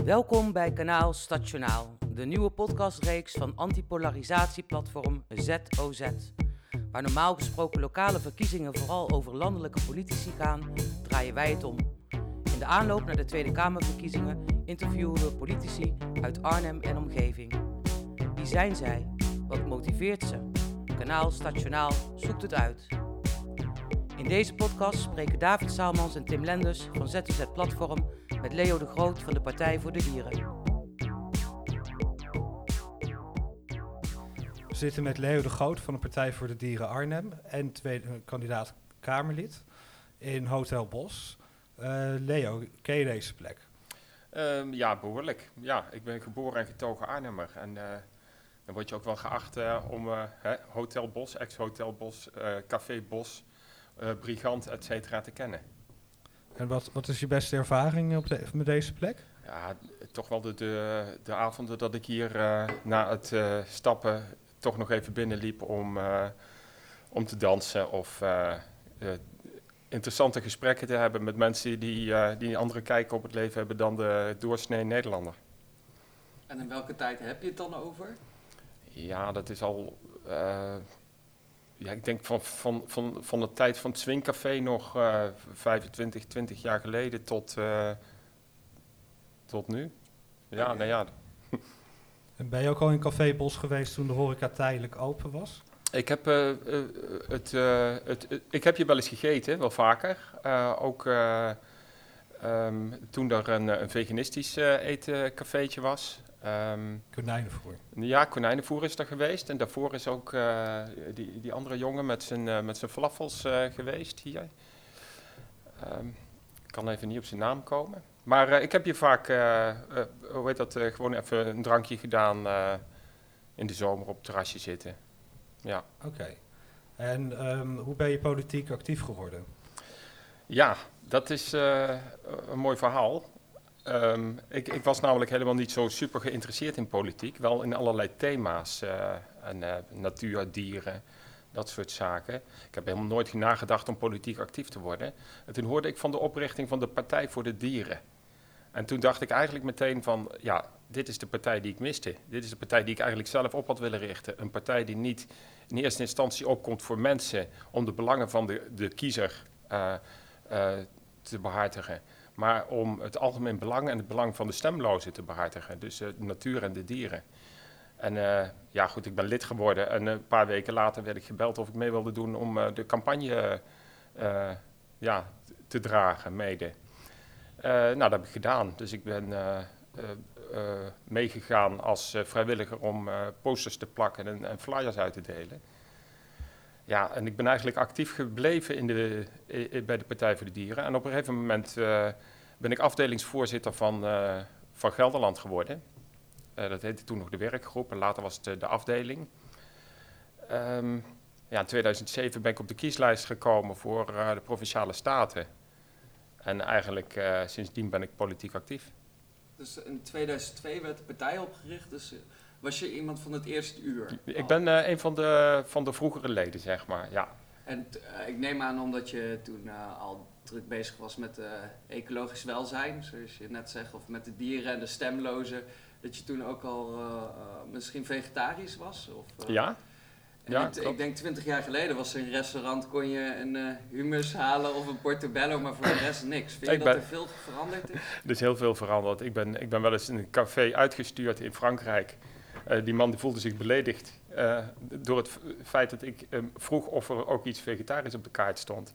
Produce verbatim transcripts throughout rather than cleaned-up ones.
Welkom bij Kanaal Stationaal, de nieuwe podcastreeks van antipolarisatieplatform Z O Z. Waar normaal gesproken lokale verkiezingen vooral over landelijke politici gaan, draaien wij het om. In de aanloop naar de Tweede Kamerverkiezingen interviewen we politici uit Arnhem en omgeving. Wie zijn zij? Wat motiveert ze? Kanaal Stationaal zoekt het uit. In deze podcast spreken David Zaalmans en Tim Lenders van Z O Z Platform met Leo de Groot van de Partij voor de Dieren. We zitten met Leo de Groot van de Partij voor de Dieren Arnhem en tweede kandidaat Kamerlid in Hotel Bos. Uh, Leo, ken je deze plek? Um, ja, behoorlijk. Ja, ik ben geboren en getogen Arnhemmer. En uh, dan word je ook wel geacht uh, om uh, hè, Hotel Bos, ex-Hotel Bos, uh, Café Bos, uh, Brigant, et cetera te kennen. En wat, wat is je beste ervaring op de, met deze plek? Ja, toch wel de, de, de avonden dat ik hier uh, na het uh, stappen toch nog even binnenliep om, uh, om te dansen of uh, uh, interessante gesprekken te hebben met mensen die, uh, die een andere kijk op het leven hebben dan de doorsnee Nederlander. En in welke tijd heb je het dan over? Ja, dat is al, uh, ja, ik denk van, van, van, van de tijd van het Swingcafé nog uh, vijfentwintig, twintig jaar geleden tot, uh, tot nu. Ja, okay. Nou ja. En ben je ook al in Café Bos geweest toen de horeca tijdelijk open was? Ik heb, uh, uh, het, uh, het, uh, ik heb hier wel eens gegeten, wel vaker. Uh, ook uh, um, toen er een, een veganistisch uh, etencafeetje was. Um, konijnenvoer. Ja, konijnenvoer is er geweest. En daarvoor is ook uh, die, die andere jongen met zijn, uh, met zijn falafels uh, geweest hier. Um, ik kan even niet op zijn naam komen. Maar uh, ik heb hier vaak, uh, uh, hoe heet dat, uh, gewoon even een drankje gedaan uh, in de zomer op het terrasje zitten. Ja. Oké. Okay. En um, hoe ben je politiek actief geworden? Ja, dat is uh, een mooi verhaal. Um, ik, ik was namelijk helemaal niet zo super geïnteresseerd in politiek. Wel in allerlei thema's. Uh, en, uh, natuur, dieren, dat soort zaken. Ik heb helemaal nooit nagedacht om politiek actief te worden. En toen hoorde ik van de oprichting van de Partij voor de Dieren. En toen dacht ik eigenlijk meteen van, ja, dit is de partij die ik miste. Dit is de partij die ik eigenlijk zelf op had willen richten. Een partij die niet in eerste instantie opkomt voor mensen om de belangen van de, de kiezer uh, uh, te behartigen. Maar om het algemeen belang en het belang van de stemlozen te behartigen. Dus uh, de natuur en de dieren. En uh, ja goed, ik ben lid geworden en een paar weken later werd ik gebeld of ik mee wilde doen om uh, de campagne uh, ja, te dragen, mede. Uh, nou, dat heb ik gedaan. Dus ik ben uh, uh, uh, meegegaan als uh, vrijwilliger om uh, posters te plakken en, en flyers uit te delen. Ja, en ik ben eigenlijk actief gebleven in de, i, bij de Partij voor de Dieren. En op een gegeven moment uh, ben ik afdelingsvoorzitter van, uh, van Gelderland geworden. Uh, dat heette toen nog de werkgroep en later was het uh, de afdeling. Um, ja, in tweeduizend zeven ben ik op de kieslijst gekomen voor uh, de Provinciale Staten. En eigenlijk uh, sindsdien ben ik politiek actief. Dus in tweeduizend twee werd de partij opgericht, dus uh, was je iemand van het eerste uur? Ik ben uh, een van de, van de vroegere leden, zeg maar, ja. En t, uh, ik neem aan omdat je toen uh, al druk bezig was met uh, ecologisch welzijn, zoals je net zegt, of met de dieren en de stemlozen, dat je toen ook al uh, uh, misschien vegetarisch was? Of, uh, ja. Ja, ik, ik denk twintig jaar geleden was er een restaurant, kon je een uh, hummus halen of een portobello, maar voor de rest niks. Vind je ik dat ben, er veel veranderd is? Er is heel veel veranderd. Ik ben, ik ben wel eens in een café uitgestuurd in Frankrijk. Uh, die man die voelde zich beledigd uh, door het feit dat ik um, vroeg of er ook iets vegetarisch op de kaart stond.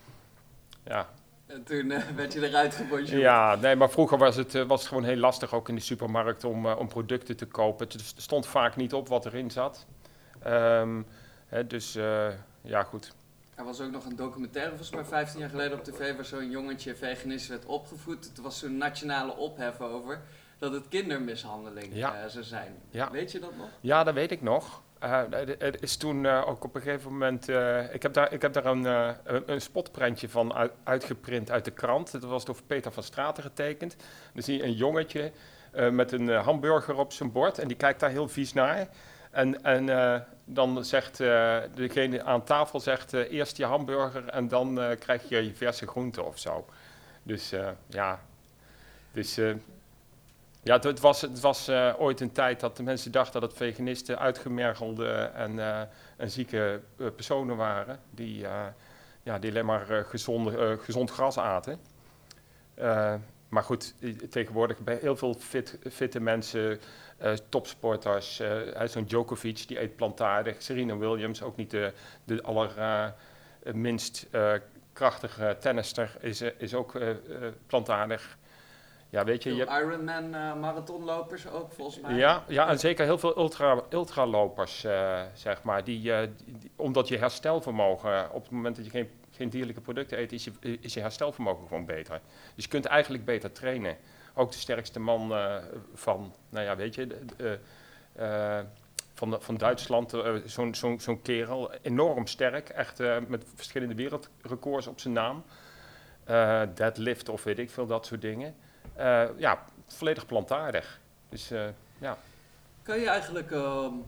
Ja. En toen uh, werd je eruit gebonjourd. Ja, nee, maar vroeger was het, uh, was het gewoon heel lastig, ook in de supermarkt, om, uh, om producten te kopen. Het stond vaak niet op wat erin zat. Um, hè, dus uh, ja, goed. Er was ook nog een documentaire, volgens mij vijftien jaar geleden op tv, waar zo'n jongetje veganistisch werd opgevoed. Er was zo'n nationale ophef over dat het kindermishandeling ja. uh, zou zijn. Ja. Weet je dat nog? Ja, dat weet ik nog. Uh, er is toen uh, ook op een gegeven moment, uh, ik heb daar, ik heb daar een, uh, een, een spotprentje van uit, uitgeprint uit de krant. Dat was door Peter van Straten getekend. Dan zie je een jongetje uh, met een uh, hamburger op zijn bord en die kijkt daar heel vies naar. En, en uh, dan zegt uh, degene aan tafel zegt uh, eerst je hamburger en dan uh, krijg je je verse groenten of zo. Dus uh, ja, dus uh, Ja, het, het was, het was uh, ooit een tijd dat de mensen dachten dat veganisten uitgemergelde en, uh, en zieke uh, personen waren. Die, uh, ja, die alleen maar uh, gezonde, uh, gezond gras aten. Uh, maar goed, tegenwoordig bij heel veel fit, fitte mensen, uh, topsporters, uh, zo'n Djokovic, die eet plantaardig. Serena Williams, ook niet de, de allerminst uh, uh, krachtige tennister, is, uh, is ook uh, uh, plantaardig. Ja, weet je, je Ironman uh, marathonlopers ook volgens mij. Ja, ja, en zeker heel veel ultra, ultralopers, uh, zeg maar. Die, uh, die, die, omdat je herstelvermogen, op het moment dat je geen, geen dierlijke producten eet, is je, is je herstelvermogen gewoon beter. Dus je kunt eigenlijk beter trainen. Ook de sterkste man uh, van, nou ja, weet je, uh, uh, van, van Duitsland, uh, zo'n zo'n zo'n kerel, enorm sterk, echt uh, met verschillende wereldrecords op zijn naam. Uh, deadlift of weet ik veel, dat soort dingen. Uh, ja, volledig plantaardig. Dus uh, ja. Kan je eigenlijk um,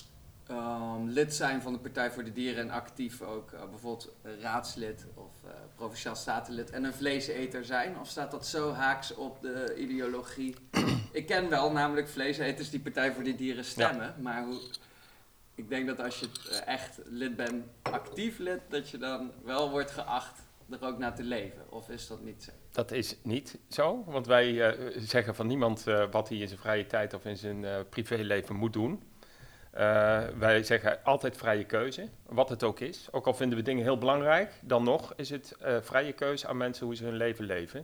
um, lid zijn van de Partij voor de Dieren en actief ook uh, bijvoorbeeld raadslid of uh, provinciaal statenlid en een vleeseter zijn? Of staat dat zo haaks op de ideologie? Ik ken wel namelijk vleeseters die Partij voor de Dieren stemmen, ja. Maar hoe, ik denk dat als je uh, echt lid bent, actief lid, dat je dan wel wordt geacht er ook naar te leven. Of is dat niet zo? Dat is niet zo, want wij uh, zeggen van niemand uh, wat hij in zijn vrije tijd of in zijn uh, privéleven moet doen. Uh, wij zeggen altijd vrije keuze, wat het ook is. Ook al vinden we dingen heel belangrijk, dan nog is het uh, vrije keuze aan mensen hoe ze hun leven leven.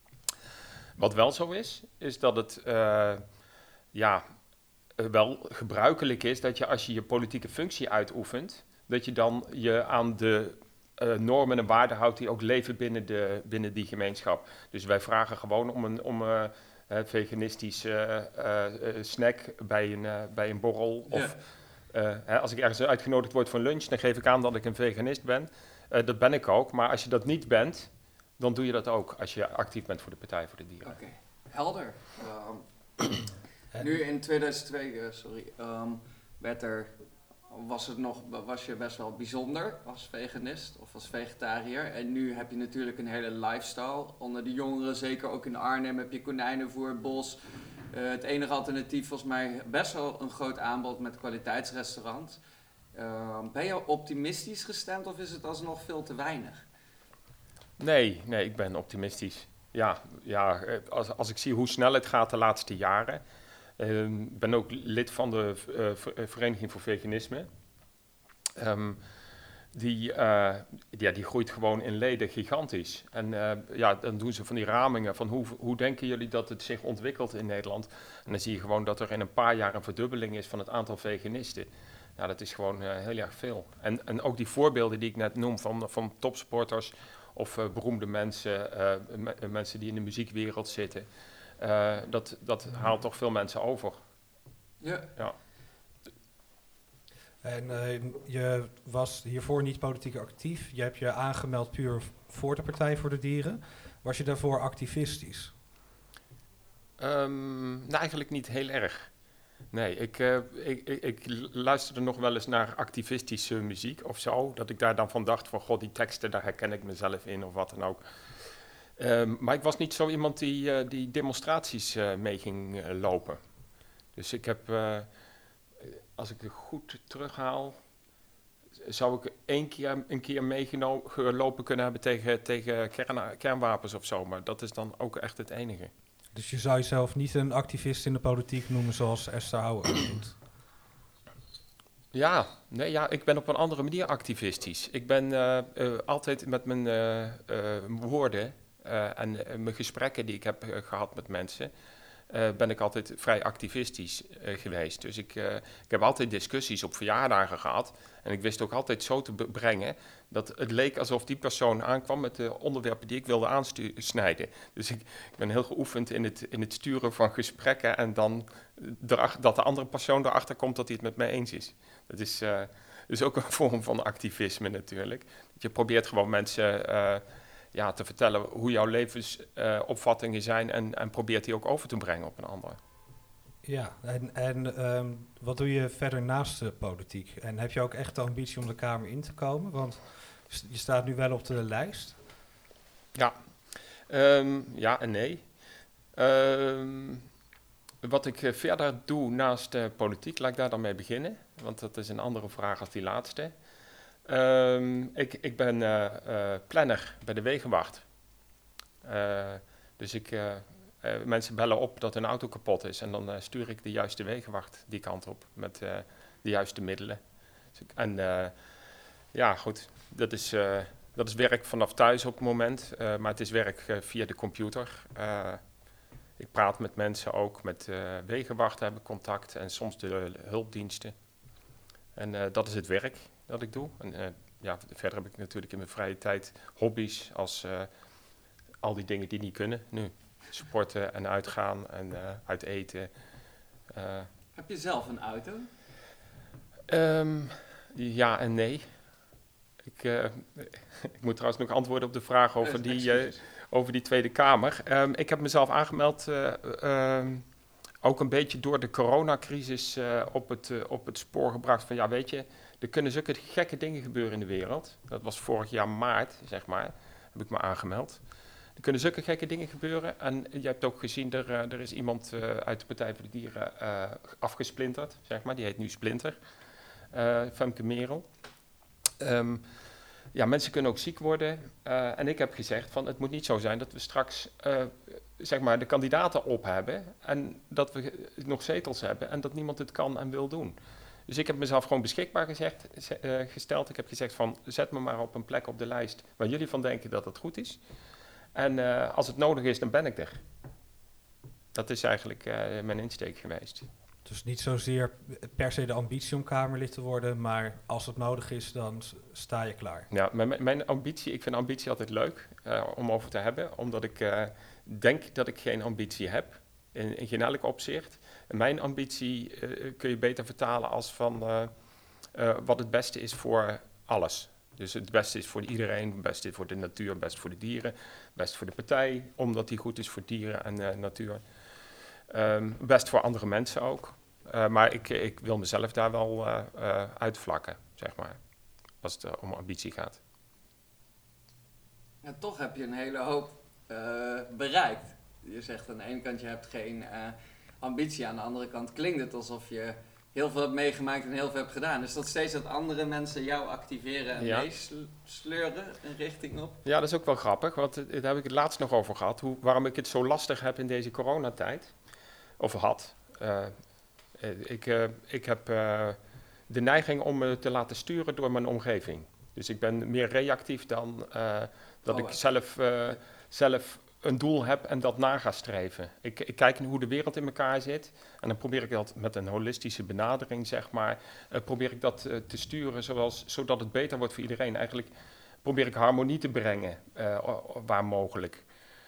Wat wel zo is, is dat het uh, ja, uh, wel gebruikelijk is dat je als je je politieke functie uitoefent, dat je dan je aan de Uh, normen en waarden houdt die ook leven binnen, de, binnen die gemeenschap. Dus wij vragen gewoon om een om, uh, uh, veganistische uh, uh, snack bij een, uh, bij een borrel. Ja. Of uh, hè, als ik ergens uitgenodigd word voor lunch, dan geef ik aan dat ik een veganist ben. Uh, dat ben ik ook, maar als je dat niet bent, dan doe je dat ook als je actief bent voor de Partij voor de Dieren. Oké, okay. Helder. Um, nu in tweeduizend twee, uh, sorry, um, werd er... Was, het nog, was je best wel bijzonder als veganist of als vegetariër. En nu heb je natuurlijk een hele lifestyle. Onder de jongeren, zeker ook in Arnhem, heb je konijnenvoer, bos. Uh, het enige alternatief, volgens mij best wel een groot aanbod met kwaliteitsrestaurant. Uh, ben je optimistisch gestemd of is het alsnog veel te weinig? Nee, nee, ik ben optimistisch. Ja, ja als, als ik zie hoe snel het gaat de laatste jaren. Ik uh, ben ook lid van de uh, Vereniging voor Veganisme. Um, die, uh, ja, die groeit gewoon in leden gigantisch. En uh, ja, dan doen ze van die ramingen van hoe, hoe denken jullie dat het zich ontwikkelt in Nederland? En dan zie je gewoon dat er in een paar jaar een verdubbeling is van het aantal veganisten. Nou, dat is gewoon uh, heel erg veel. En, en ook die voorbeelden die ik net noem van, van topsporters of uh, beroemde mensen, uh, m- mensen die in de muziekwereld zitten. Uh, dat, dat haalt toch veel mensen over. Ja. Ja. En uh, je was hiervoor niet politiek actief. Je hebt je aangemeld puur voor de Partij voor de Dieren. Was je daarvoor activistisch? Um, nou, eigenlijk niet heel erg. Nee, ik, uh, ik, ik, ik luisterde nog wel eens naar activistische muziek of zo. Dat ik daar dan van dacht van, god, die teksten, daar herken ik mezelf in of wat dan ook. Um, maar ik was niet zo iemand die, uh, die demonstraties uh, mee ging uh, lopen. Dus ik heb, uh, als ik het goed terughaal, zou ik één keer een keer meegelopen kunnen hebben tegen, tegen kern, kernwapens of zo. Maar dat is dan ook echt het enige. Dus je zou jezelf niet een activist in de politiek noemen zoals Esther Houwer doet? Ja, nee, ja, ik ben op een andere manier activistisch. Ik ben uh, uh, altijd met mijn uh, uh, woorden uh, en uh, mijn gesprekken die ik heb uh, gehad met mensen, uh, ben ik altijd vrij activistisch uh, geweest. Dus ik, uh, ik heb altijd discussies op verjaardagen gehad. En ik wist ook altijd zo te be- brengen dat het leek alsof die persoon aankwam met de onderwerpen die ik wilde aansnijden. Dus ik, ik ben heel geoefend in het, in het sturen van gesprekken en dan erachter, dat de andere persoon erachter komt dat hij het met mij eens is. Dat is, uh, dus ook een vorm van activisme natuurlijk. Je probeert gewoon mensen uh, ja, te vertellen hoe jouw levensopvattingen uh, zijn en, en probeert die ook over te brengen op een ander. Ja, en, en um, wat doe je verder naast de politiek? En heb je ook echt de ambitie om de Kamer in te komen? Want je staat nu wel op de lijst. Ja, um, ja en nee. Um, wat ik uh, verder doe naast uh, politiek, laat ik daar dan mee beginnen. Want dat is een andere vraag als die laatste. Um, ik, ik ben uh, uh, planner bij de Wegenwacht. Uh, dus ik, uh, uh, mensen bellen op dat hun auto kapot is. En dan uh, stuur ik de juiste Wegenwacht die kant op met uh, de juiste middelen. Dus ik, en uh, ja, goed, dat is, uh, dat is werk vanaf thuis op het moment. Uh, maar het is werk uh, via de computer. Uh, ik praat met mensen ook, met uh, Wegenwachten heb ik contact en soms de uh, hulpdiensten. En uh, dat is het werk dat ik doe. En uh, ja, verder heb ik natuurlijk in mijn vrije tijd hobby's als uh, al die dingen die niet kunnen nu. Sporten en uitgaan en uh, uit eten. Uh, heb je zelf een auto? Um, ja en nee. Ik, uh, ik moet trouwens nog antwoorden op de vraag over die, uh, over die Tweede Kamer. Um, ik heb mezelf aangemeld, uh, um, ook een beetje door de coronacrisis uh, op, het, uh, op het spoor gebracht van, ja weet je, er kunnen zulke gekke dingen gebeuren in de wereld. Dat was vorig jaar maart, zeg maar, heb ik me aangemeld. Er kunnen zulke gekke dingen gebeuren. En je hebt ook gezien, er, uh, er is iemand uh, uit de Partij voor de Dieren uh, afgesplinterd, zeg maar. Die heet nu Splinter, uh, Femke Merel. Um, ja, mensen kunnen ook ziek worden. Uh, en ik heb gezegd van het moet niet zo zijn dat we straks uh, zeg maar de kandidaten op hebben en dat we nog zetels hebben en dat niemand het kan en wil doen. Dus ik heb mezelf gewoon beschikbaar gezegd, uh, gesteld. Ik heb gezegd van zet me maar op een plek op de lijst waar jullie van denken dat het goed is. En uh, als het nodig is, dan ben ik er. Dat is eigenlijk uh, mijn insteek geweest. Dus niet zozeer per se de ambitie om Kamerlid te worden, maar als het nodig is, dan sta je klaar. Ja, mijn, mijn ambitie, ik vind ambitie altijd leuk uh, om over te hebben, omdat ik uh, denk dat ik geen ambitie heb, in, in geen elk opzicht. En mijn ambitie uh, kun je beter vertalen als van uh, uh, wat het beste is voor alles. Dus het beste is voor iedereen, het beste is voor de natuur, het beste voor de dieren, het beste voor de partij, omdat die goed is voor dieren en uh, natuur. Um, best voor andere mensen ook. Uh, maar ik, ik wil mezelf daar wel uh, uh, uitvlakken, zeg maar, als het uh, om ambitie gaat. Ja, toch heb je een hele hoop uh, bereikt. Je zegt aan de ene kant je hebt geen uh, ambitie, aan de andere kant klinkt het alsof je heel veel hebt meegemaakt en heel veel hebt gedaan. Dus dat steeds dat andere mensen jou activeren en ja. meesleuren een richting op? Ja, dat is ook wel grappig, want daar heb ik het laatst nog over gehad. Hoe, waarom ik het zo lastig heb in deze coronatijd, of had. Uh, ik, uh, ik heb uh, de neiging om me te laten sturen door mijn omgeving. Dus ik ben meer reactief dan uh, dat oh, ik zelf, uh, zelf een doel heb en dat na ga streven. Ik, ik kijk hoe de wereld in elkaar zit en dan probeer ik dat met een holistische benadering, zeg maar, uh, probeer ik dat uh, te sturen zoals, zodat het beter wordt voor iedereen. Eigenlijk probeer ik harmonie te brengen, uh, waar mogelijk.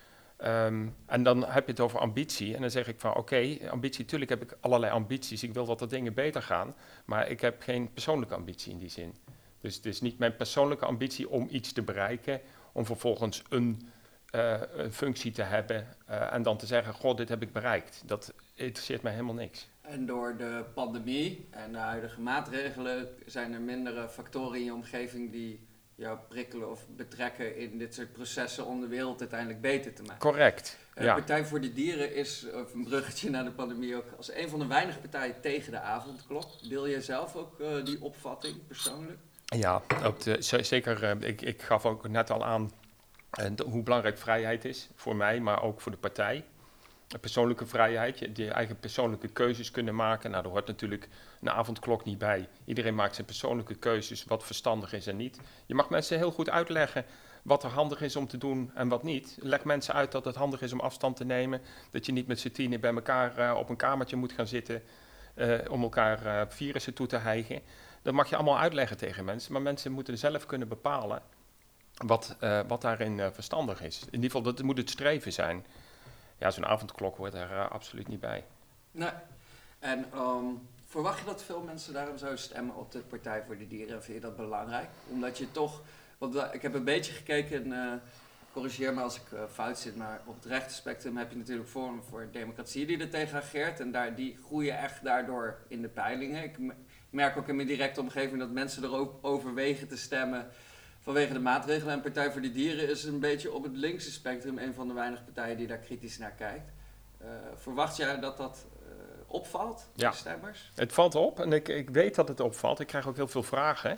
Um, en dan heb je het over ambitie en dan zeg ik van oké, okay, ambitie, tuurlijk heb ik allerlei ambities. Ik wil dat de dingen beter gaan, maar ik heb geen persoonlijke ambitie in die zin. Dus het is niet mijn persoonlijke ambitie om iets te bereiken, om vervolgens een, uh, een functie te hebben uh, en dan te zeggen, goh, dit heb ik bereikt. Dat interesseert mij helemaal niks. En door de pandemie en de huidige maatregelen zijn er mindere factoren in je omgeving die jou prikkelen of betrekken in dit soort processen om de wereld uiteindelijk beter te maken. Correct, uh, ja. Partij voor de Dieren is, of een bruggetje naar de pandemie ook, als een van de weinige partijen tegen de avondklok. Deel jij zelf ook uh, die opvatting persoonlijk? Ja, op de, z- zeker. Uh, ik, ik gaf ook net al aan uh, de, hoe belangrijk vrijheid is voor mij, maar ook voor de partij. Persoonlijke vrijheid, je, je eigen persoonlijke keuzes kunnen maken. Nou, daar hoort natuurlijk een avondklok niet bij. Iedereen maakt zijn persoonlijke keuzes, wat verstandig is en niet. Je mag mensen heel goed uitleggen wat er handig is om te doen en wat niet. Leg mensen uit dat het handig is om afstand te nemen. Dat je niet met z'n tienen bij elkaar uh, op een kamertje moet gaan zitten uh, om elkaar uh, virussen toe te hijgen. Dat mag je allemaal uitleggen tegen mensen. Maar mensen moeten zelf kunnen bepalen wat, uh, wat daarin uh, verstandig is. In ieder geval, dat moet het streven zijn. Ja, zo'n avondklok hoort er uh, absoluut niet bij. Nee. En um, verwacht je dat veel mensen daarom zouden stemmen op de Partij voor de Dieren? Vind je dat belangrijk? Omdat je toch, want uh, ik heb een beetje gekeken, uh, corrigeer me als ik uh, fout zit, maar op het rechterspectrum heb je natuurlijk Forum voor Democratie die er tegen ageert. En daar, die groeien echt daardoor in de peilingen. Ik merk ook in mijn directe omgeving dat mensen er ook overwegen te stemmen vanwege de maatregelen. En Partij voor de Dieren is een beetje op het linkse spectrum een van de weinige partijen die daar kritisch naar kijkt. Uh, verwacht jij dat dat opvalt, Ja. de stemmers? Het valt op en ik, ik weet dat het opvalt. Ik krijg ook heel veel vragen.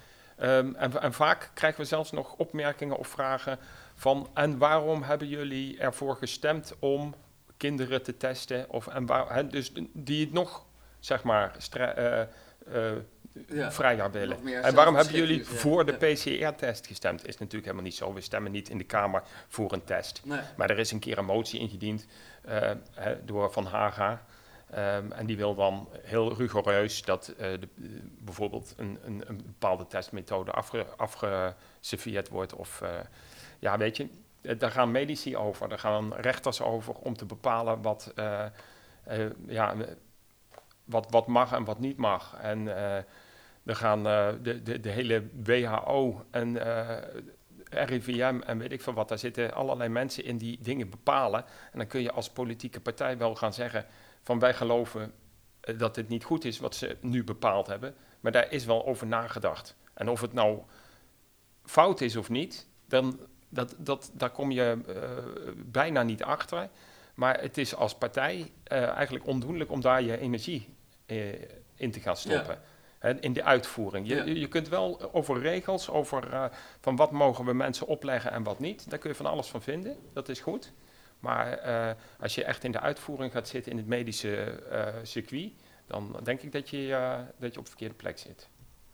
Um, en, en vaak krijgen we zelfs nog opmerkingen of vragen van... en waarom hebben jullie ervoor gestemd om kinderen te testen? Of, en waar, he, dus die het nog, zeg maar, stre- uh, uh, Ja, vrijer willen. nog meer En waarom hebben zelfbeschikking, jullie ja. voor de Ja. P C R-test gestemd? Is natuurlijk helemaal niet zo. We stemmen niet in de Kamer voor een test. Nee. Maar er is een keer een motie ingediend uh, he, door Van Haga... Um, en die wil dan heel rigoureus dat uh, de, uh, bijvoorbeeld een, een, een bepaalde testmethode afge, afgeserveerd wordt. Of uh, ja, weet je, uh, daar gaan medici over, daar gaan rechters over om te bepalen wat, uh, uh, ja, wat, wat mag en wat niet mag. En uh, er gaan uh, de, de, de hele W H O en uh, R I V M en weet ik veel wat, daar zitten allerlei mensen in die dingen bepalen. En dan kun je als politieke partij wel gaan zeggen... van wij geloven uh, dat dit niet goed is wat ze nu bepaald hebben. Maar daar is wel over nagedacht. En of het nou fout is of niet, dan, dat, dat, daar kom je uh, bijna niet achter. Maar het is als partij uh, eigenlijk ondoenlijk om daar je energie uh, in te gaan stoppen. Ja. He, in de uitvoering. Je, ja. je kunt wel over regels, over uh, van wat mogen we mensen opleggen en wat niet. Daar kun je van alles van vinden. Dat is goed. Maar uh, als je echt in de uitvoering gaat zitten in het medische uh, circuit, dan denk ik dat je, uh, dat je op de verkeerde plek zit.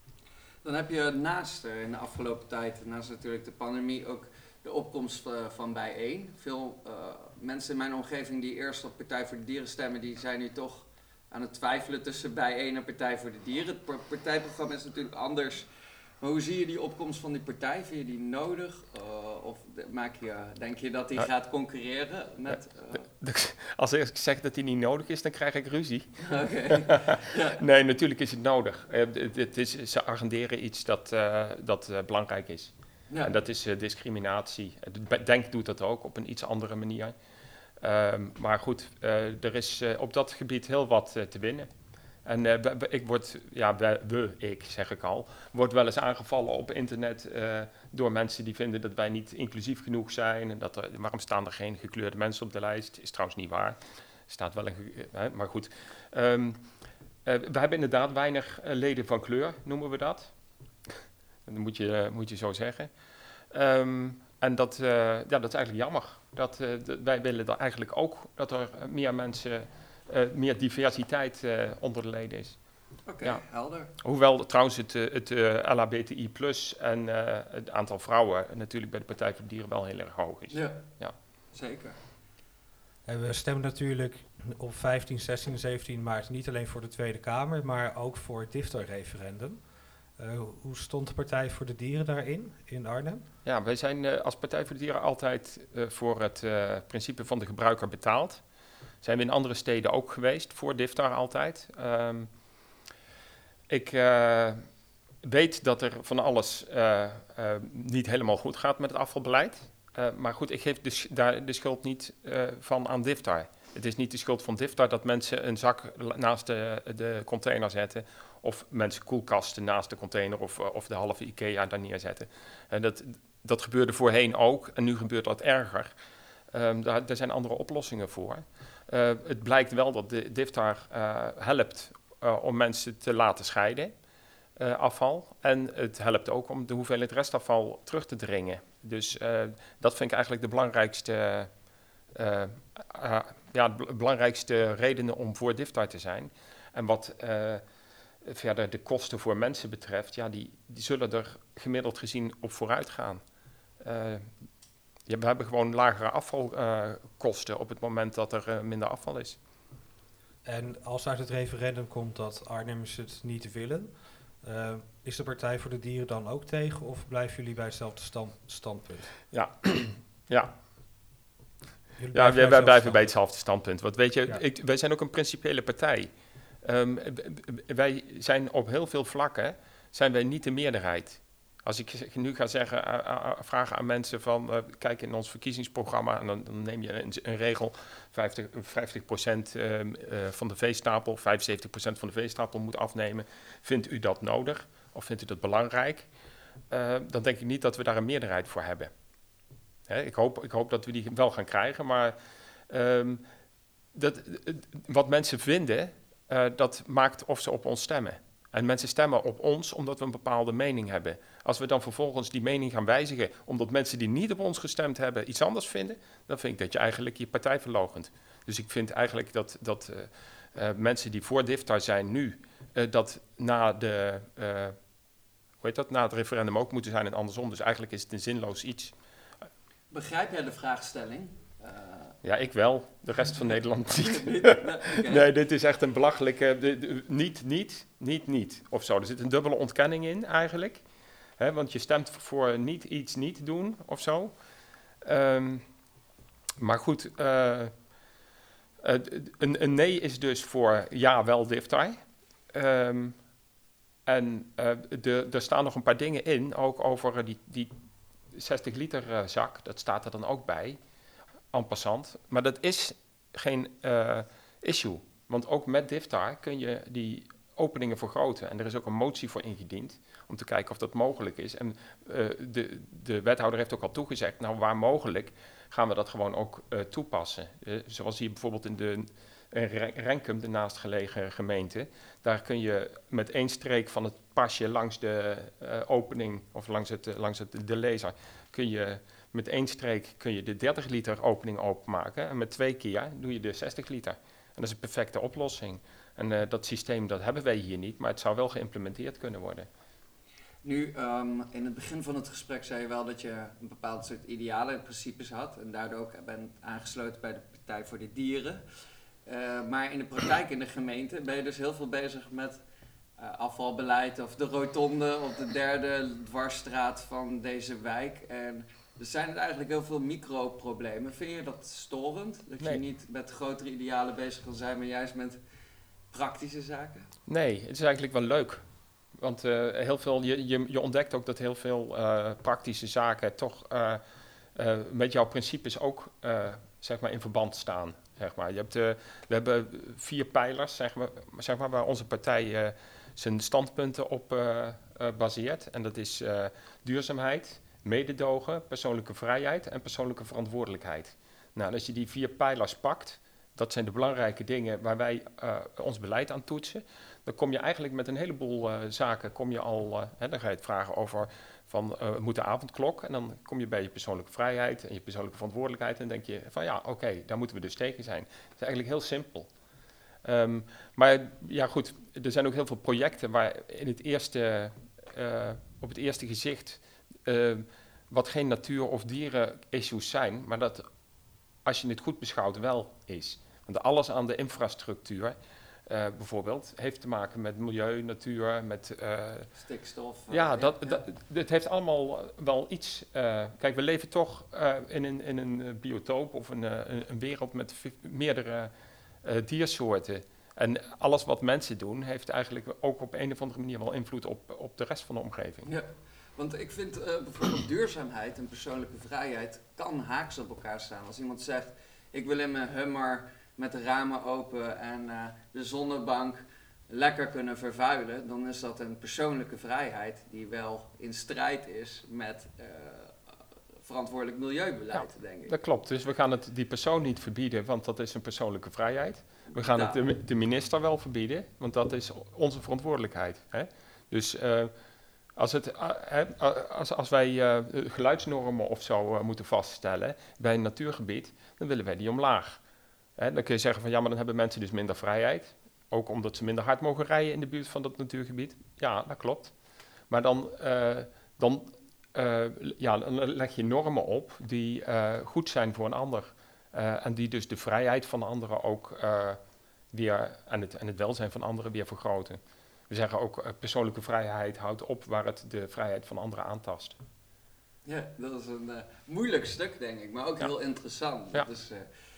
Dan heb je naast uh, in de afgelopen tijd, naast natuurlijk de pandemie, ook de opkomst uh, van bijeen. Veel uh, mensen in mijn omgeving die eerst op Partij voor de Dieren stemmen, die zijn nu toch aan het twijfelen tussen bijeen en Partij voor de Dieren. Het partijprogramma is natuurlijk anders. Maar hoe zie je die opkomst van die partij? Vind je die nodig? Uh, of maak je, denk je dat die ja. gaat concurreren met... Uh... Als ik zeg dat die niet nodig is, dan krijg ik ruzie. Okay. ja. Nee, natuurlijk is het nodig. Uh, het is, ze agenderen iets dat, uh, dat uh, belangrijk is. Ja. En dat is uh, discriminatie. Denk doet dat ook op een iets andere manier. Uh, maar goed, uh, er is uh, op dat gebied heel wat uh, te winnen. En uh, ik word, ja, we, we, ik zeg ik al, word wel eens aangevallen op internet uh, door mensen die vinden dat wij niet inclusief genoeg zijn. En dat er, waarom staan er geen gekleurde mensen op de lijst? Is trouwens niet waar. Er staat wel een, uh, maar goed. Um, uh, we hebben inderdaad weinig uh, leden van kleur, noemen we dat. Dat moet je, uh, moet je zo zeggen. Um, en dat, uh, ja, dat is eigenlijk jammer. Dat, uh, d- wij willen er eigenlijk ook dat er uh, meer mensen... Uh, meer diversiteit uh, onder de leden is. Oké, okay, ja. helder. Hoewel trouwens het, uh, het uh, L H B T I plus en uh, het aantal vrouwen natuurlijk bij de Partij voor de Dieren wel heel erg hoog is. Ja, ja. zeker. En we stemmen natuurlijk op vijftien, zestien en zeventien maart niet alleen voor de Tweede Kamer, maar ook voor het DIFTAR-referendum. Uh, hoe stond de Partij voor de Dieren daarin, in Arnhem? Ja, wij zijn uh, als Partij voor de Dieren altijd uh, voor het uh, principe van de gebruiker betaalt. Zijn we in andere steden ook geweest, voor DIFTAR altijd. Um, ik uh, weet dat er van alles uh, uh, niet helemaal goed gaat met het afvalbeleid. Uh, maar goed, ik geef de sch- daar de schuld niet uh, van aan DIFTAR. Het is niet de schuld van DIFTAR dat mensen een zak naast de, de container zetten... of mensen koelkasten naast de container of, of de halve IKEA daar neerzetten. Uh, dat, dat gebeurde voorheen ook en nu gebeurt dat erger. Um, daar, daar zijn andere oplossingen voor. Uh, het blijkt wel dat de DIFTAR uh, helpt uh, om mensen te laten scheiden, uh, afval. En het helpt ook om de hoeveelheid restafval terug te dringen. Dus uh, dat vind ik eigenlijk de belangrijkste, uh, uh, ja, de belangrijkste redenen om voor DIFTAR te zijn. En wat uh, verder de kosten voor mensen betreft, ja, die, die zullen er gemiddeld gezien op vooruit gaan. Uh, Ja, we hebben gewoon lagere afvalkosten uh, op het moment dat er uh, minder afval is. En als uit het referendum komt dat Arnhemmers het niet willen, uh, is de Partij voor de Dieren dan ook tegen of blijven jullie bij hetzelfde stand, standpunt? Ja, ja. Jullie ja wij, wij blijven standpunt. bij hetzelfde standpunt. Want weet je, Ja. ik, wij zijn ook een principiële partij. Um, wij zijn op heel veel vlakken zijn wij niet de meerderheid. Als ik nu ga zeggen, uh, uh, vragen aan mensen van, uh, kijk in ons verkiezingsprogramma, en dan, dan neem je een, een regel, vijftig procent uh, uh, van de veestapel, vijfenzeventig procent van de veestapel moet afnemen. Vindt u dat nodig? Of vindt u dat belangrijk? Uh, dan denk ik niet dat we daar een meerderheid voor hebben. Hè, ik, hoop, ik hoop dat we die wel gaan krijgen, maar um, dat, wat mensen vinden, uh, dat maakt of ze op ons stemmen. En mensen stemmen op ons omdat we een bepaalde mening hebben. Als we dan vervolgens die mening gaan wijzigen, omdat mensen die niet op ons gestemd hebben iets anders vinden, dan vind ik dat je eigenlijk je partij verloochent. Dus ik vind eigenlijk dat, dat uh, uh, mensen die voor DIFTAR zijn nu, uh, dat na de... Uh, hoe heet dat, na het referendum ook moeten zijn en andersom. Dus eigenlijk is het een zinloos iets. Begrijp jij de vraagstelling? Uh... Ja, ik wel. De rest van Nederland niet. Okay. Nee, dit is echt een belachelijke... De, de, niet, niet, niet, niet. Of zo. Er zit een dubbele ontkenning in eigenlijk. Hè, want je stemt voor niet iets niet doen of zo. Um, maar goed, uh, uh, een, een nee is dus voor ja, wel DIFTAR. Um, En uh, de, er staan nog een paar dingen in, ook over die, die zestig liter uh, zak. Dat staat er dan ook bij, en passant. Maar dat is geen uh, issue. Want ook met DIFTAR kun je die openingen vergroten. En er is ook een motie voor ingediend om te kijken of dat mogelijk is. En uh, de, de wethouder heeft ook al toegezegd, nou waar mogelijk gaan we dat gewoon ook uh, toepassen. Uh, zoals hier bijvoorbeeld in de... In Renkum, de naastgelegen gemeente, daar kun je met één streek van het pasje langs de uh, opening of langs, het, langs het, de laser, kun je met één streek kun je de dertig liter opening openmaken en met twee keer doe je de zestig liter. En dat is een perfecte oplossing. En uh, dat systeem dat hebben wij hier niet, maar het zou wel geïmplementeerd kunnen worden. Nu, um, in het begin van het gesprek zei je wel dat je een bepaald soort idealen en principes had en daardoor ook bent aangesloten bij de Partij voor de Dieren. Uh, maar in de praktijk in de gemeente ben je dus heel veel bezig met uh, afvalbeleid of de rotonde op de derde dwarsstraat van deze wijk. En er zijn eigenlijk heel veel microproblemen. Vind je dat storend? Dat nee. je niet met grotere idealen bezig kan zijn, maar juist met praktische zaken? Nee, het is eigenlijk wel leuk. Want uh, heel veel, je, je, je ontdekt ook dat heel veel uh, praktische zaken toch uh, uh, met jouw principes ook uh, zeg maar in verband staan. Zeg maar. Je hebt, uh, we hebben vier pijlers zeg maar, zeg maar, waar onze partij uh, zijn standpunten op uh, uh, baseert. En dat is uh, duurzaamheid, mededogen, persoonlijke vrijheid en persoonlijke verantwoordelijkheid. Nou, als je die vier pijlers pakt, dat zijn de belangrijke dingen waar wij uh, ons beleid aan toetsen. Dan kom je eigenlijk met een heleboel uh, zaken, kom je al, uh, hè, dan ga je het vragen over van uh, moet de avondklok en dan kom je bij je persoonlijke vrijheid en je persoonlijke verantwoordelijkheid en denk je van ja, oké, okay, daar moeten we dus tegen zijn. Het is eigenlijk heel simpel. Um, maar ja goed, er zijn ook heel veel projecten waar in het eerste, uh, op het eerste gezicht uh, wat geen natuur- of dieren-issues zijn, maar dat als je het goed beschouwt wel is. Want alles aan de infrastructuur uh, bijvoorbeeld heeft te maken met milieu, natuur, met... Uh, Stikstof. Uh, ja, ja, dat, ja. dat, het heeft allemaal wel iets... Uh, kijk, we leven toch uh, in een, in een uh, biotoop of een, uh, een, een wereld met v- meerdere uh, diersoorten. En alles wat mensen doen heeft eigenlijk ook op een of andere manier wel invloed op, op de rest van de omgeving. Ja. Want ik vind uh, bijvoorbeeld duurzaamheid en persoonlijke vrijheid kan haaks op elkaar staan. Als iemand zegt, ik wil in mijn Hummer met de ramen open en uh, de zonnebank lekker kunnen vervuilen, dan is dat een persoonlijke vrijheid die wel in strijd is met uh, verantwoordelijk milieubeleid, ja, denk ik. Dat klopt, dus we gaan het die persoon niet verbieden, want dat is een persoonlijke vrijheid. We gaan nou. het de, de minister wel verbieden, want dat is onze verantwoordelijkheid. Hè? Dus... Uh, Als, het, uh, als, als wij uh, geluidsnormen of zo uh, moeten vaststellen bij een natuurgebied, dan willen wij die omlaag. Hè, dan kun je zeggen van ja, maar dan hebben mensen dus minder vrijheid. Ook omdat ze minder hard mogen rijden in de buurt van dat natuurgebied. Ja, dat klopt. Maar dan, uh, dan, uh, ja, dan leg je normen op die uh, goed zijn voor een ander. Uh, en die dus de vrijheid van anderen ook uh, weer en het, en het welzijn van anderen weer vergroten. We zeggen ook, uh, persoonlijke vrijheid houdt op waar het de vrijheid van anderen aantast. Ja, dat is een uh, moeilijk stuk, denk ik, maar ook ja. heel interessant. Ja. Dus, uh...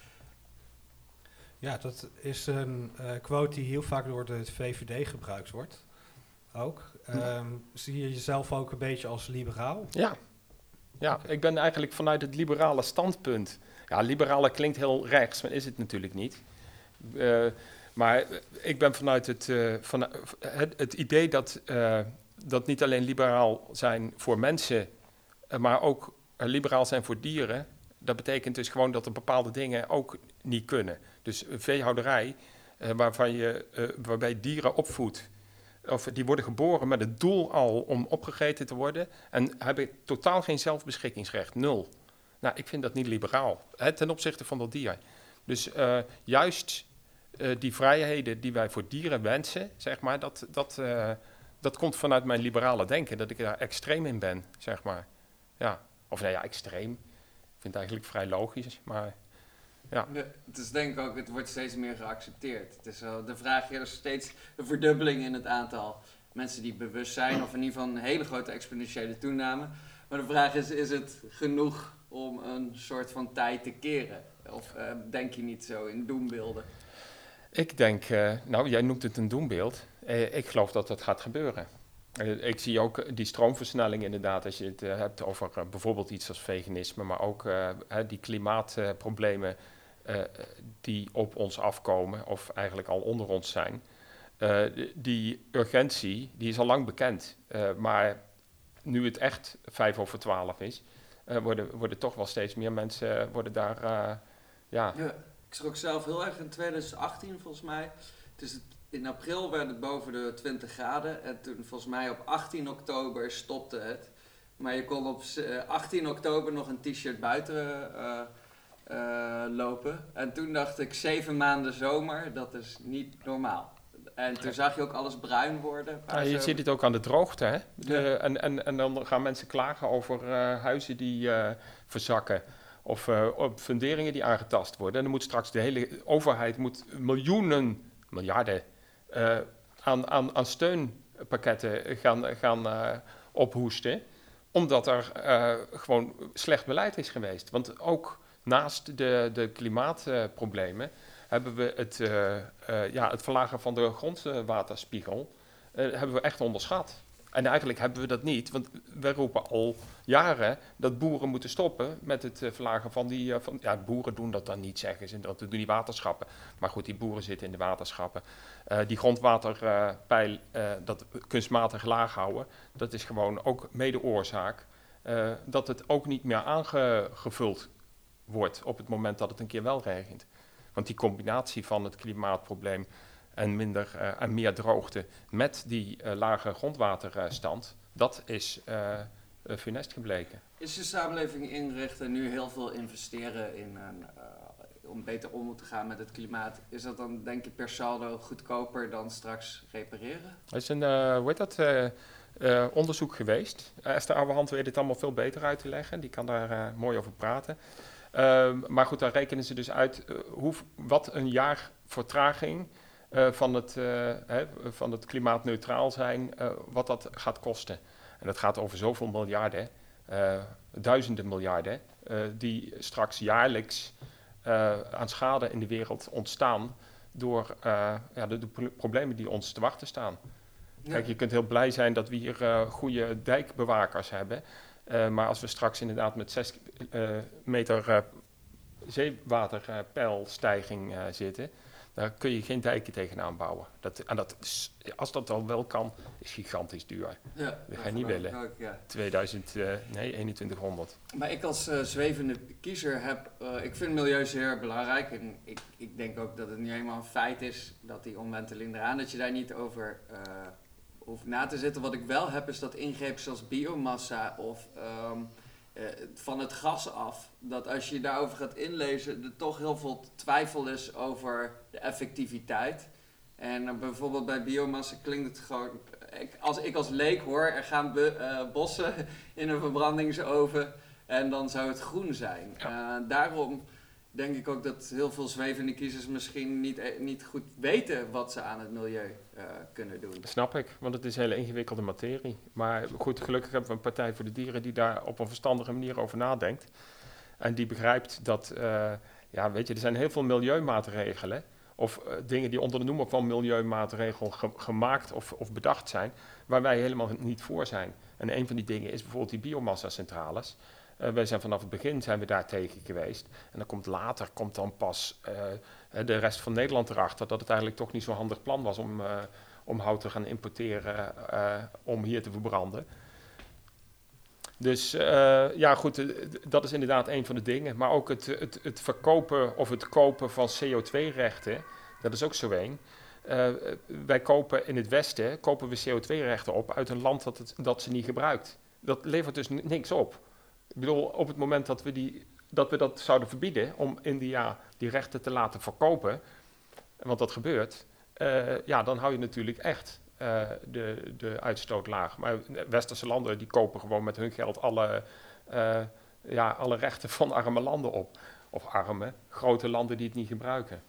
ja, dat is een uh, quote die heel vaak door de V V D gebruikt wordt. Ook. Um, zie je jezelf ook een beetje als liberaal? Ja. Ja, ik ben eigenlijk vanuit het liberale standpunt. Ja, liberale klinkt heel rechts, maar is het natuurlijk niet. Uh, Maar ik ben vanuit het, uh, van het, het idee dat, uh, dat niet alleen liberaal zijn voor mensen, uh, maar ook uh, liberaal zijn voor dieren, Dat betekent dus gewoon dat er bepaalde dingen ook niet kunnen. Dus veehouderij, uh, waarvan je, uh, waarbij je dieren opvoedt, of die worden geboren met het doel al om opgegeten te worden en hebben totaal geen zelfbeschikkingsrecht, nul. Nou, ik vind dat niet liberaal, hè, ten opzichte van dat dier. Dus uh, juist uh, die vrijheden die wij voor dieren wensen, zeg maar, dat, dat, uh, dat komt vanuit mijn liberale denken, dat ik daar extreem in ben, zeg maar. Ja, of nou ja, extreem. Ik vind het eigenlijk vrij logisch, maar ja. ja. Het is denk ik ook, het wordt steeds meer geaccepteerd. Het is wel, de vraag is steeds een verdubbeling in het aantal mensen die bewust zijn, of in ieder geval een hele grote exponentiële toename. Maar de vraag is, is het genoeg om een soort van tijd te keren? Of uh, denk je niet zo in doembeelden? Ik denk, uh, nou jij noemt het een doembeeld. Uh, ik geloof dat dat gaat gebeuren. Uh, ik zie ook die stroomversnelling inderdaad, als je het uh, hebt over uh, bijvoorbeeld iets als veganisme, maar ook uh, uh, die klimaatproblemen uh, uh, die op ons afkomen, of eigenlijk al onder ons zijn. Uh, die urgentie, die is al lang bekend. Uh, maar nu het echt vijf over twaalf is, uh, worden, worden toch wel steeds meer mensen uh, worden daar, uh, ja... ja. Ik schrok zelf heel erg in twintig achttien volgens mij. Het is het, in april werd het boven de twintig graden en toen volgens mij op achttien oktober stopte het. Maar je kon op achttien oktober nog een t-shirt buiten uh, uh, lopen. En toen dacht ik, zeven maanden zomer, dat is niet normaal. En toen zag je ook alles bruin worden. Ja, je ziet het ook aan de droogte, hè? De, ja. en, en, en dan gaan mensen klagen over uh, huizen die uh, verzakken. Of uh, op funderingen die aangetast worden. En dan moet straks de hele overheid moet miljoenen, miljarden uh, aan, aan, aan steunpakketten gaan, gaan uh, ophoesten. Omdat er uh, gewoon slecht beleid is geweest. Want ook naast de, de klimaatproblemen uh, hebben we het, uh, uh, ja, het verlagen van de grondwaterspiegel uh, hebben we echt onderschat. En eigenlijk hebben we dat niet, want we roepen al jaren dat boeren moeten stoppen met het uh, verlagen van die... Uh, van, ja, boeren doen dat dan niet, zeggen ze, dat doen die waterschappen. Maar goed, die boeren zitten in de waterschappen. Uh, die grondwaterpeil, uh, dat kunstmatig laag houden, dat is gewoon ook mede oorzaak uh, dat het ook niet meer aangevuld wordt op het moment dat het een keer wel regent. Want die combinatie van het klimaatprobleem en, minder, uh, en meer droogte met die uh, lage grondwaterstand, dat is uh, uh, funest gebleken. Is de samenleving ingericht en nu heel veel investeren in een, uh, om beter om te gaan met het klimaat? Is dat dan, denk je, per saldo goedkoper dan straks repareren? Er is een, uh, hoe heet dat, uh, uh, onderzoek geweest. Uh, Esther Ouwehand weet het allemaal veel beter uit te leggen. Die kan daar uh, mooi over praten. Uh, maar goed, daar rekenen ze dus uit uh, hoe, wat een jaar vertraging uh, van, het, uh, hè, van het klimaatneutraal zijn, uh, wat dat gaat kosten. En dat gaat over zoveel miljarden, uh, duizenden miljarden, uh, die straks jaarlijks uh, aan schade in de wereld ontstaan door uh, ja, de, de problemen die ons te wachten staan. Ja. Kijk, je kunt heel blij zijn dat we hier uh, goede dijkbewakers hebben. Uh, maar als we straks inderdaad met zes uh, meter uh, zeewaterpeilstijging uh, zitten, daar kun je geen dijken tegenaan bouwen. Dat, en dat is, als dat al wel kan, is gigantisch duur. Ja, dat, dat ga je niet willen. Ook, ja. tweeduizend, uh, nee, eenentwintighonderd. Maar ik als uh, zwevende kiezer heb, uh, ik vind milieu zeer belangrijk. En ik, ik denk ook dat het niet helemaal een feit is dat die omwenteling eraan, dat je daar niet over uh, hoeft na te zitten. Wat ik wel heb is dat ingrepen zoals biomassa of um, uh, van het gas af, dat als je daarover gaat inlezen, er toch heel veel twijfel is over de effectiviteit. En uh, bijvoorbeeld bij biomassa klinkt het gewoon, ik, als ik als leek hoor, er gaan be, uh, bossen in een verbrandingsoven en dan zou het groen zijn. Ja. Uh, daarom denk ik ook dat heel veel zwevende kiezers misschien niet, niet goed weten wat ze aan het milieu uh, kunnen doen. Snap ik, want het is een hele ingewikkelde materie. Maar goed, gelukkig hebben we een Partij voor de Dieren die daar op een verstandige manier over nadenkt. En die begrijpt dat, uh, ja weet je, er zijn heel veel milieumaatregelen, of uh, dingen die onder de noemer van milieumaatregel ge- gemaakt of, of bedacht zijn, waar wij helemaal niet voor zijn. En een van die dingen is bijvoorbeeld die biomassa-centrales. Uh, wij zijn vanaf het begin zijn we daar tegen geweest. En dan komt later, komt dan pas uh, de rest van Nederland erachter dat het eigenlijk toch niet zo'n handig plan was om, uh, om hout te gaan importeren uh, om hier te verbranden. Dus uh, ja, goed, uh, dat is inderdaad een van de dingen. Maar ook het, het, het verkopen of het kopen van C O twee rechten, dat is ook zo één. Uh, wij kopen in het Westen, kopen we C O twee rechten op uit een land dat, het, dat ze niet gebruikt. Dat levert dus n- niks op. Ik bedoel, op het moment dat we, die, dat we dat zouden verbieden om India die rechten te laten verkopen, want dat gebeurt, uh, ja, dan hou je natuurlijk echt uh, de, de uitstoot laag. Maar westerse landen die kopen gewoon met hun geld alle, uh, ja, alle rechten van arme landen op. Of arme, grote landen die het niet gebruiken.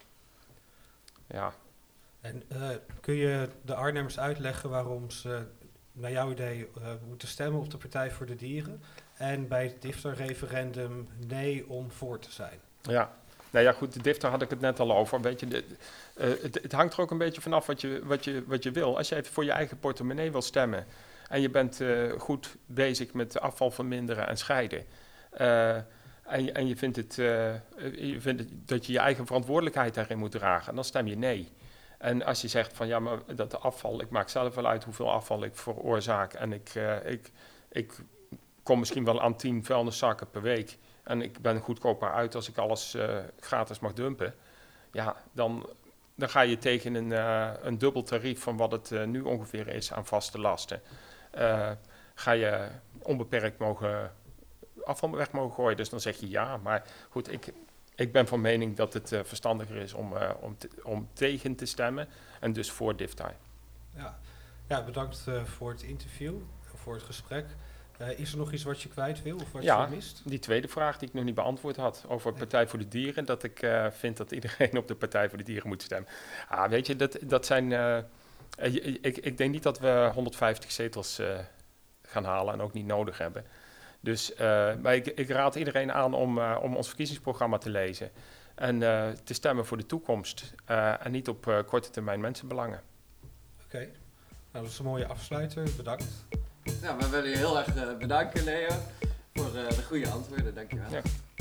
Ja. En uh, kun je de Arnhemmers uitleggen waarom ze, naar jouw idee, uh, moeten stemmen op de Partij voor de Dieren en bij het D I F T-referendum nee om voor te zijn? Ja, nou ja goed, de D I F T had ik het net al over. Weet je, de, uh, het, het hangt er ook een beetje vanaf wat je, wat, je, wat je wil. Als je even voor je eigen portemonnee wil stemmen en je bent uh, goed bezig met afval verminderen en scheiden, Uh, en, je, en je vindt, het, uh, je vindt het, dat je je eigen verantwoordelijkheid daarin moet dragen, dan stem je nee. En als je zegt van ja, maar dat afval, ik maak zelf wel uit hoeveel afval ik veroorzaak en ik, uh, ik, ik kom misschien wel aan tien vuilniszakken per week en ik ben goedkoper uit als ik alles uh, gratis mag dumpen, ja, dan, dan ga je tegen een, uh, een dubbel tarief van wat het uh, nu ongeveer is aan vaste lasten. Uh, ga je onbeperkt mogen afval weg mogen gooien, dus dan zeg je ja, maar goed, ik... Ik ben van mening dat het uh, verstandiger is om, uh, om, te, om tegen te stemmen en dus voor D I F T I. Ja, ja bedankt uh, voor het interview, voor het gesprek. Uh, is er nog iets wat je kwijt wil of wat ja, je mist? Die tweede vraag die ik nog niet beantwoord had over Partij voor de Dieren, dat ik uh, vind dat iedereen op de Partij voor de Dieren moet stemmen. Ah, weet je, dat, dat zijn... Uh, ik, ik denk niet dat we honderdvijftig zetels uh, gaan halen en ook niet nodig hebben. Dus uh, maar ik, ik raad iedereen aan om, uh, om ons verkiezingsprogramma te lezen en uh, te stemmen voor de toekomst uh, en niet op uh, korte termijn mensenbelangen. Oké, okay. Nou, dat is een mooie afsluiter. Bedankt. Nou, we willen je heel erg uh, bedanken, Leo, voor uh, de goede antwoorden. Dankjewel. Ja.